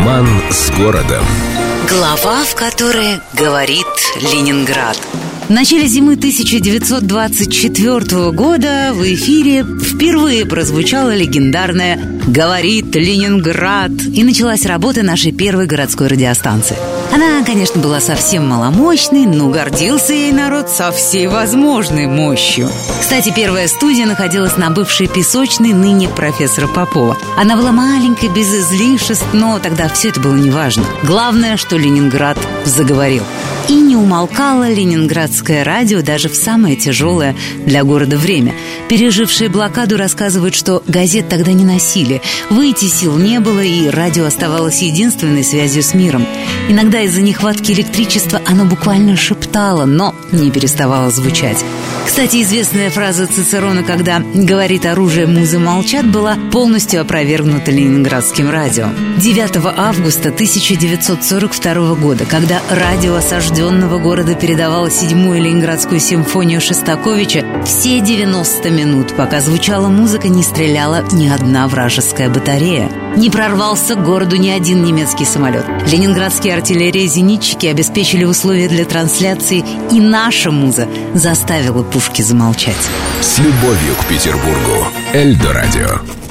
Роман с городом. Глава, в которой говорит Ленинград. В начале зимы 1924 года в эфире впервые прозвучала легендарная «Говорит Ленинград», и началась работа нашей первой городской радиостанции. Она, конечно, была совсем маломощной, но гордился ей народ со всей возможной мощью. Кстати, первая студия находилась на бывшей песочной, ныне профессора Попова. Она была маленькой, без излишеств, но тогда все это было неважно. Главное, что Ленинград заговорил. И не умолкало ленинградское радио даже в самое тяжелое для города время. Пережившие блокаду рассказывают, что газет тогда не носили, выйти сил не было, и радио оставалось единственной связью с миром. Иногда из-за нехватки электричества оно буквально шептало, но не переставало звучать. Кстати, известная фраза Цицерона, когда говорит оружие, музы молчат, была полностью опровергнута ленинградским радио. 9 августа 1942 года, когда радио осажденного города передавало 7-ю Ленинградскую симфонию Шостаковича, все 90 минут, пока звучала музыка, не стреляла ни одна вражеская батарея. Не прорвался к городу ни один немецкий самолет. Ленинградские артиллерии-зенитчики обеспечили условия для трансляции, и наша муза заставила пушки замолчать. С любовью к Петербургу. Эльдо радио.